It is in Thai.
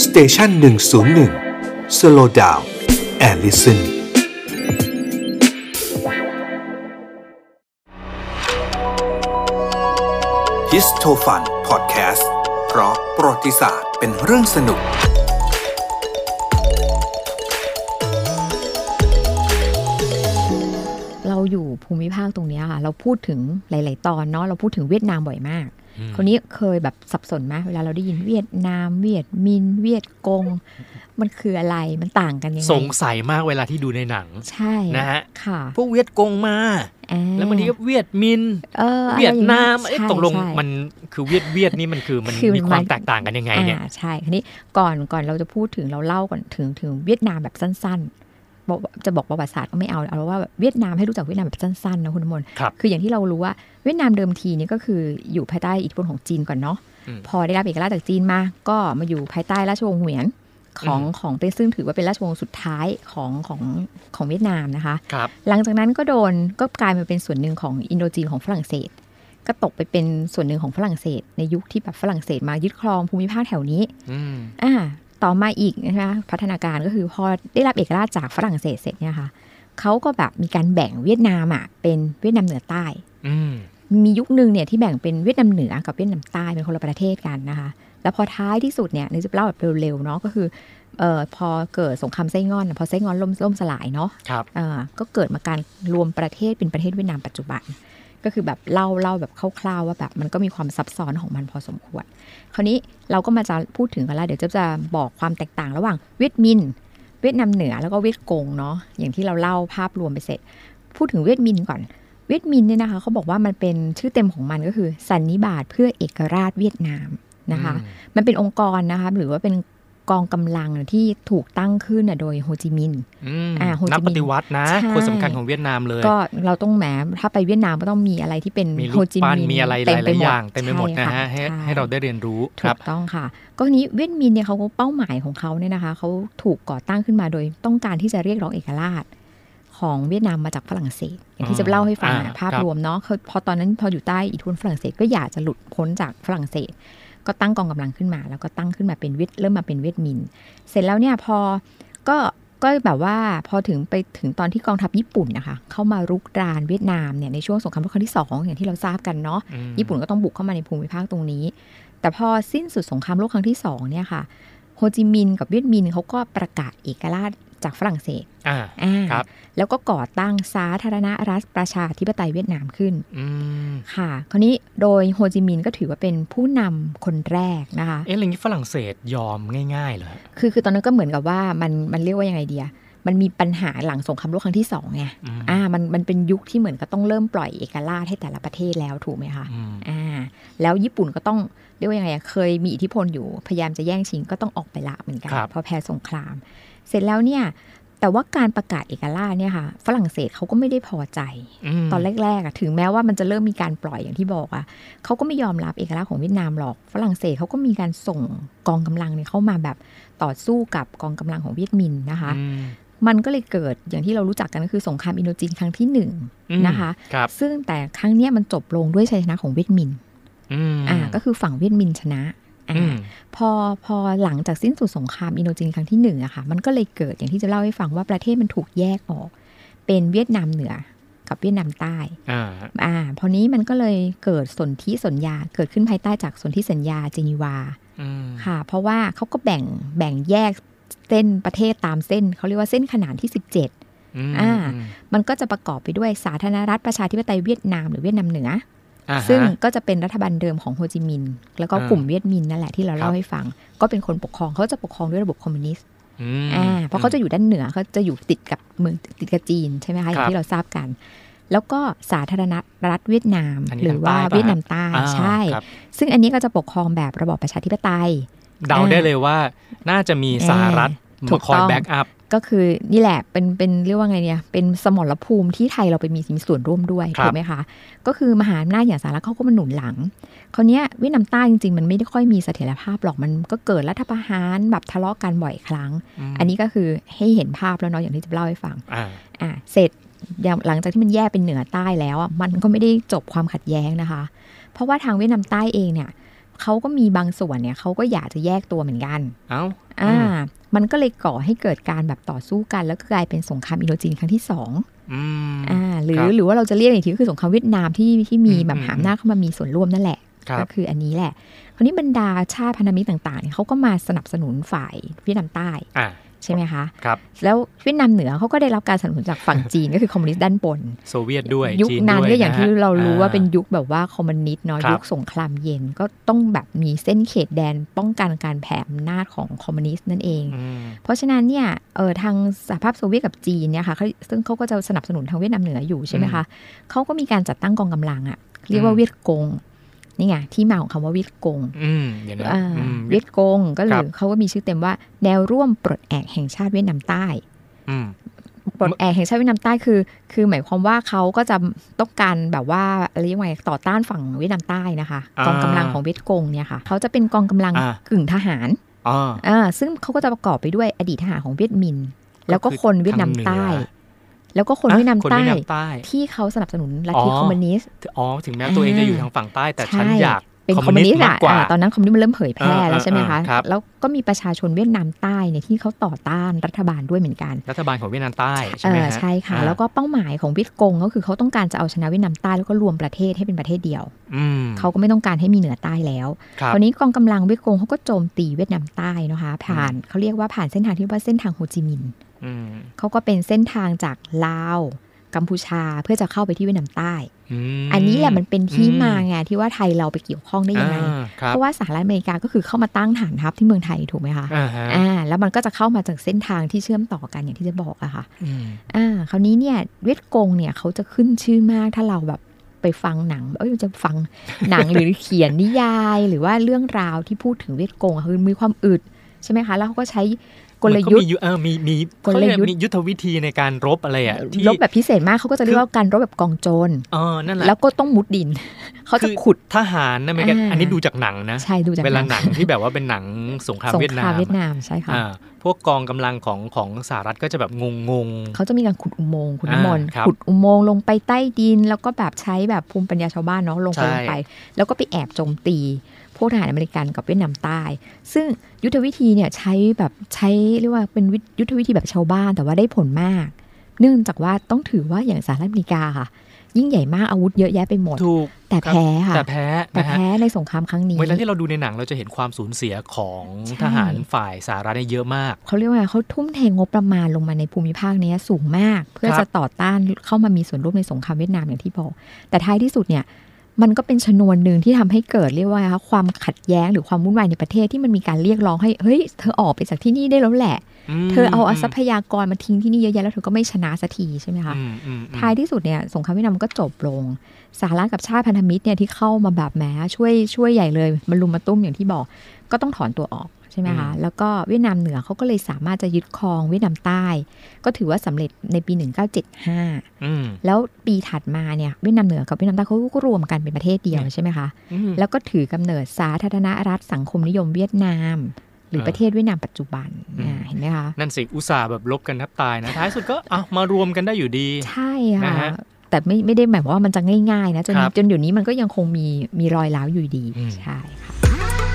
สเตชัน101 Slow Down and Listen Histofun Podcast เพราะประวัติศาสตร์เป็นเรื่องสนุกเราอยู่ภูมิภาคตรงนี้ค่ะเราพูดถึงหลายๆตอนเนาะเราพูดถึงเวียดนามบ่อยมากคนนี้เคยแบบสับสนไหมเวลาเราได้ยินเวียดนามเวียดมินเวียดกงมันคืออะไรมันต่างกันยังไงสงสัยมากเวลาที่ดูในหนังใช่นะฮะค่ะพวกเวียดกงมาแล้วบางทีก็เวียดมินเวียดนามตกลงมันคือเวียดนี่มันคือมันมีความแตกต่างกันยังไงเนี่ยใช่ทีนี้ก่อนเราจะพูดถึงเราเล่าก่อนถึงเวียดนามแบบสั้นๆจะบอกประวัติศาสตร์ก็ไม่เอาว่าเวียดนามให้รู้จักเวียดนามแบบสั้นๆนะคุณมนต์คืออย่างที่เรารู้ว่าเวียดนามเดิมทีนี่ก็คืออยู่ภายใต้อิทธิพลของจีนก่อนเนาะพอได้รับเอกราชจากจีนมาก็มาอยู่ภายใต้ราชวงศ์เหวียนของเป็นซึ่งถือว่าเป็นราชวงศ์สุดท้ายของเวียดนามนะคะหลังจากนั้นก็กลายมาเป็นส่วนหนึ่งของอินโดจีนของฝรั่งเศสก็ตกไปเป็นส่วนหนึ่งของฝรั่งเศสในยุคที่แบบฝรั่งเศสมายึดครองภูมิภาคแถวนี้ต่อมาอีกนะคะพัฒนาการก็คือพอได้รับเอกราชจากฝรั่งเศสเสร็จเนี่ยค่ะเขาก็แบบมีการแบ่งเวียดนามเป็นเวียดนามเหนือใต้มียุคนึงเนี่ยที่แบ่งเป็นเวียดนามเหนือกับเวียดนามใต้เป็นคนละประเทศกันนะคะแล้วพอท้ายที่สุดเนี่ยนี่จะเล่าแบบเร็วๆเนาะก็คือพอเกิดสงครามไส้งอนพอไส้งอนล่มสลายเนาะก็เกิดมาการรวมประเทศเป็นประเทศเวียดนามปัจจุบันก็คือแบบเล่าแบบคร่าวๆว่าแบบมันก็มีความซับซ้อนของมันพอสมควรคราวนี้เราก็มาจะพูดถึงกันแล้วเดี๋ยวจะบอกความแตกต่างระหว่างเวียดมินเวียดนามเหนือแล้วก็เวียดกงเนาะอย่างที่เราเล่าภาพรวมไปเสร็จพูดถึงเวียดมินก่อนเวียดมินเนี่ยนะคะเขาบอกว่ามันเป็นชื่อเต็มของมันก็คือสันนิบาตเพื่อเอกราชเวียดนามนะคะมันเป็นองค์กรนะคะหรือว่าเป็นกองกำลังที่ถูกตั้งขึ้นโดยโฮจิมินห์นักปฏิวัตินะคนสำคัญของเวียดนามเลยก็เราต้องถ้าไปเวียดนามก็ต้องมีอะไรที่เป็นโฮจิมินห์มีอะไรหลายๆอย่างเต็มไปหมดนะฮะให้เราได้เรียนรู้ถูกต้องค่ะก็นี้เวียดมินห์เนี่ยเขาเป้าหมายของเขาเนี่ยนะคะเขาถูกก่อตั้งขึ้นมาโดยต้องการที่จะเรียกร้องเอกราชของเวียดนามมาจากฝรั่งเศสอย่างที่จะเล่าให้ฟังภาพรวมเนาะพอตอนนั้นพออยู่ใต้อิทธิพลฝรั่งเศสก็อยากจะหลุดพ้นจากฝรั่งเศสก็ตั้งกองกำลังขึ้นมาแล้วก็ตั้งขึ้นมาเป็นเริ่มมาเป็นเวียดมินเสร็จแล้วเนี่ยพอก็แบบว่าพอไปถึงตอนที่กองทัพญี่ปุ่นนะคะเข้ามารุกรานเวียดนามเนี่ยในช่วงสงครามโลกครั้งที่2อย่างที่เราทราบกันเนาะญี่ปุ่นก็ต้องบุกเข้ามาในภูมิภาคตรงนี้แต่พอสิ้นสุดสงครามโลกครั้งที่2เนี่ยค่ะโฮจิมินห์กับเวียดมินห์เขาก็ประกาศเอกราชจากฝรั่งเศสแล้วก็ก่อตั้งสาธารณรัฐประชาธิปไตยเวียดนามขึ้นค่ะคราวนี้โดยโฮจิมินห์ก็ถือว่าเป็นผู้นำคนแรกนะคะอย่างนี้ฝรั่งเศสยอมง่ายๆเลยคือตอนนั้นก็เหมือนกับว่ามันเรียกว่ายังไงดีมันมีปัญหาหลังสงครามโลกครั้งที่2ไงมันเป็นยุคที่เหมือนก็ต้องเริ่มปล่อยเอกราชให้แต่ละประเทศแล้วถูกไหมคะแล้วญี่ปุ่นก็ต้องเรียกว่ายังไงเคยมีอิทธิพลอยู่พยายามจะแย่งชิงก็ต้องออกไปละเหมือนกันพอแพ้สงครามเสร็จแล้วเนี่ยแต่ว่าการประกาศเอกราชเนี่ยค่ะฝรั่งเศสเขาก็ไม่ได้พอใจตอนแรกๆถึงแม้ว่ามันจะเริ่มมีการปล่อยอย่างที่บอกเขาก็ไม่ยอมรับเอกราชของเวียดนามหรอกฝรั่งเศสเขาก็มีการส่งกองกำลังเนี่ยเข้ามาแบบต่อสู้กับกองกำลังของเวียดมินนะคะมันก็เลยเกิดอย่างที่เรารู้จักกันก็คือสงครามอินโดจีนครั้งที่1นะคะซึ่งแต่ครั้งนี้มันจบลงด้วยชัยชนะของเวียดมินก็คือฝั่งเวียดมินชนะพอหลังจากสิ้นสุดสงครามอินโดจีนครั้งที่1ค่ะมันก็เลยเกิดอย่างที่จะเล่าให้ฟังว่าประเทศมันถูกแยกออกเป็นเวียดนามเหนือกับเวียดนามใต้พอนี้มันก็เลยเกิดสนธิสัญญาเกิดขึ้นภายใต้จากสนธิสัญญาเจนีวาค่ะเพราะว่าเขาก็แบ่งแยกเส้นประเทศตามเส้นเขาเรียกว่าเส้นขนานที่17มันก็จะประกอบไปด้วยสาธารณรัฐประชาธิปไตยเวียดนามหรือเวียดนามเหนือซึ่งก็จะเป็นรัฐบาลเดิมของโฮจิมินห์แล้วก็กลุ่มเวียดมินนั่นแหละที่เราเล่าให้ฟังก็เป็นคนปกครองเขาจะปกครองด้วยระบบคอมมิวนิสต์เพราะเขาจะอยู่ด้านเหนือเขาจะอยู่ติดกับเมืองติดกับจีนใช่ไหมคะอย่างที่เราทราบกันแล้วก็สาธารณรัฐเวียดนามหรือว่าเวียดนามใต้ใช่ซึ่งอันนี้ก็จะปกครองแบบระบอบประชาธิปไตยเดาได้เลยว่าน่าจะมีสหรัฐมาคอยแบ็กอัพก็คือนี่แหละเป็นเรียกว่าไงเนี่ยเป็นสมรภูมิที่ไทยเราไปมีส่วนร่วมด้วยถูกไหมคะก็คือมหาอำนาจอย่างสหรัฐเขาก็มาหนุนหลังคราวนี้เวียดนามใต้จริงๆมันไม่ได้ค่อยมีเสถียรภาพหรอกมันก็เกิดรัฐประหารแบบทะเลาะกันบ่อยครั้งอันนี้ก็คือให้เห็นภาพแล้วเนาะอย่างที่จะเล่าให้ฟังเสร็จหลังจากที่มันแยกเป็นเหนือใต้แล้วมันก็ไม่ได้จบความขัดแย้งนะคะเพราะว่าทางเวียดนามใต้เองเนี่ยเขาก็มีบางส่วนเนี่ยเขาก็อยากจะแยกตัวเหมือนกันมันก็เลยก่อให้เกิดการแบบต่อสู้กันแล้วก็กลายเป็นสงครามอินโดจีนครั้งที่2หรือว่าเราจะเรียกอีกทีก็คือสงครามเวียดนามที่มีแบบหามหน้าเข้ามามีส่วนร่วมนั่นแหละก็คืออันนี้แหละคราวนี้บรรดาชาติพันธมิตรต่างๆเนี่ยเขาก็มาสนับสนุนฝ่ายเวียดนามใต้ใช่ไหมคะครับแล้วเวียดนามเหนือเขาก็ได้รับการสนับสนุนจากฝั่งจีน ก็คือคอมมิวนิสต์ด้านบนโซเวียตด้วยยุคนั้นก็อย่างที่เรารู้ว่าเป็นยุคแบบว่าคอมมิวนิสต์เนาะยุคสงครามเย็นก็ต้องแบบมีเส้นเขตแดนป้องกันการแผ่อำนาจของคอมมิวนิสต์นั่นเองเพราะฉะนั้นเนี่ยทางสหภาพโซเวียตกับจีนเนี่ยค่ะซึ่งเขาก็จะสนับสนุนทางเวียดนามเหนืออยู่ใช่ไหมคะเขาก็มีการจัดตั้งกองกำลังเรียกว่าเวียดกงนี่ไงที่มาของคำว่าเวียดกงเวียดกงก็เลยเขาก็มีชื่อเต็มว่าแนวร่วมปลดแอกแห่งชาติเวียดนามใต้ปลดแอกแห่งชาติเวียดนามใต้คือหมายความว่าเขาก็จะต้องการแบบว่าอะไรยังไงต่อต้านฝั่งเวียดนามใต้นะคะกองกำลังของเวียดกงเนี่ยค่ะเขาจะเป็นกองกำลังกึ่งทหารซึ่งเขาก็จะประกอบไปด้วยอดีตทหารของเวียดมินแล้วก็คนเวียดนามใต้แล้วก็คนเวียดนามใต้ที่เขาสนับสนุนลัทธิคอมมิวนิสต์ถึงแม้ตัวเองจะอยู่ทางฝั่งใต้แต่ฉันอยากเป็นคอมมิวนิสต์ตอนนั้นคอมมิวนิสต์มันเริ่มเผยแพร่แล้วใช่ไหมคะแล้วก็มีประชาชนเวียดนามใต้เนี่ยที่เขาต่อต้านรัฐบาลด้วยเหมือนกันรัฐบาลของเวียดนามใต้ใช่ไหมใช่ค่ะแล้วก็เป้าหมายของเวียดกงก็คือเขาต้องการจะเอาชนะเวียดนามใต้แล้วก็รวมประเทศให้เป็นประเทศเดียวเขาก็ไม่ต้องการให้มีเหนือใต้แล้วตอนนี้กองกำลังเวียดกงเขาก็โจมตีเวียดนามใต้นะคะผ่านเขาเรียกว่าผ่านเส้นทางที่ว่าเส้นทางโฮจิมินห์เขาก็เป็นเส้นทางจากลาวกัมพูชาเพื่อจะเข้าไปที่เวียดนามใต้อันนี้แหละมันเป็นที่มาไงที่ว่าไทยเราไปเกี่ยวข้องได้ยังไงเพราะว่าสหรัฐอเมริกาก็คือเข้ามาตั้งฐานทัพที่เมืองไทยถูกไหมคะแล้วมันก็จะเข้ามาจากเส้นทางที่เชื่อมต่อกันอย่างที่จะบอกอะค่ะคราวนี้เนี่ยเวียดกงเนี่ยเขาจะขึ้นชื่อมากถ้าเราแบบไปฟังหนังจะฟังหนังหรือเขียนนิยายหรือว่าเรื่องราวที่พูดถึงเวียดกงคือมีความอึดใช่ไหมคะแล้วเขาก็ใช้กลยุทธ์มียุทธวิธีในการรบอะไรรบแบบพิเศษมากเขาก็จะเรียกว่าการรบแบบกองโจรนั่นแหละแล้วก็ต้องมุดดินเขาจะขุดทหารนะไม่กันอันนี้ดูจากหนังนะใช่ดูจากเวลาหนังที่แบบว่าเป็นหนังสงครามเวียดนามใช่ค่ะพวกกองกำลังของสหรัฐก็จะแบบงงเขาจะมีการขุดอุโมงค์ขุดน้ำมนต์ขุดอุโมงค์ลงไปใต้ดินแล้วก็แบบใช้แบบภูมิปัญญาชาวบ้านเนาะลงไปแล้วก็ไปแอบโจมตีพวกทหารอเมริกันกับเวียดนามใต้ซึ่งยุทธวิธีเนี่ยใช้เรียกว่าเป็นยุทธวิธีแบบชาวบ้านแต่ว่าได้ผลมากเนื่องจากว่าต้องถือว่าอย่างสหรัฐอเมริกาค่ะยิ่งใหญ่มากอาวุธเยอะแยะไปหมดแต่แพ้ค่ะแต่แพ้ในสงครามครั้งนี้เวลาที่เราดูในหนังเราจะเห็นความสูญเสียของทหารฝ่ายสหรัฐเยอะมากเขาเรียกว่าเขาทุ่มเทงบประมาณลงมาในภูมิภาคนี้สูงมากเพื่อจะต่อต้านเข้ามามีส่วนร่วมในสงครามเวียดนามอย่างที่บอกแต่ท้ายที่สุดเนี่ยมันก็เป็นชนวนหนึ่งที่ทำให้เกิดเรียกว่าความขัดแย้งหรือความวุ่นวายในประเทศที่มันมีการเรียกร้องให้เฮ้ยเธอออกไปจากที่นี่ได้แล้วแหละเธอเอาทรัพยากรมาทิ้งที่นี่เยอะแยะแล้วเธอก็ไม่ชนะสักทีใช่ไหมคะท้ายที่สุดเนี่ยสงครามเวียดนามก็จบลงสหรัฐกับชาติพันธมิตรเนี่ยที่เข้ามาแบบแหมช่วยใหญ่เลยมันลุมมาตุ้มอย่างที่บอกก็ต้องถอนตัวออกใช่ไหมคะแล้วก็เวียดนามเหนือเขาก็เลยสามารถจะยึดครองเวียดนามใต้ก็ถือว่าสำเร็จในปี1975แล้วปีถัดมาเนี่ยเวียดนามเหนือกับเวียดนามใต้เขาก็รวมกันเป็นประเทศเดียวใช่ไหมคะแล้วก็ถือกำเนิดสาธารณรัฐสังคมนิยมเวียดนามหรือประเทศเวียดนามปัจจุบันเห็นไหมคะนั่นสิอุตส่าห์แบบลบกันแทบตายนะท้ายสุดก็มารวมกันได้อยู่ดีใช่ค่ะแต่ไม่ได้แบบว่ามันจะง่ายๆนะจนเดี๋ยวนี้มันก็ยังคงมีรอยร้าวอยู่ดีใช่ค่ะ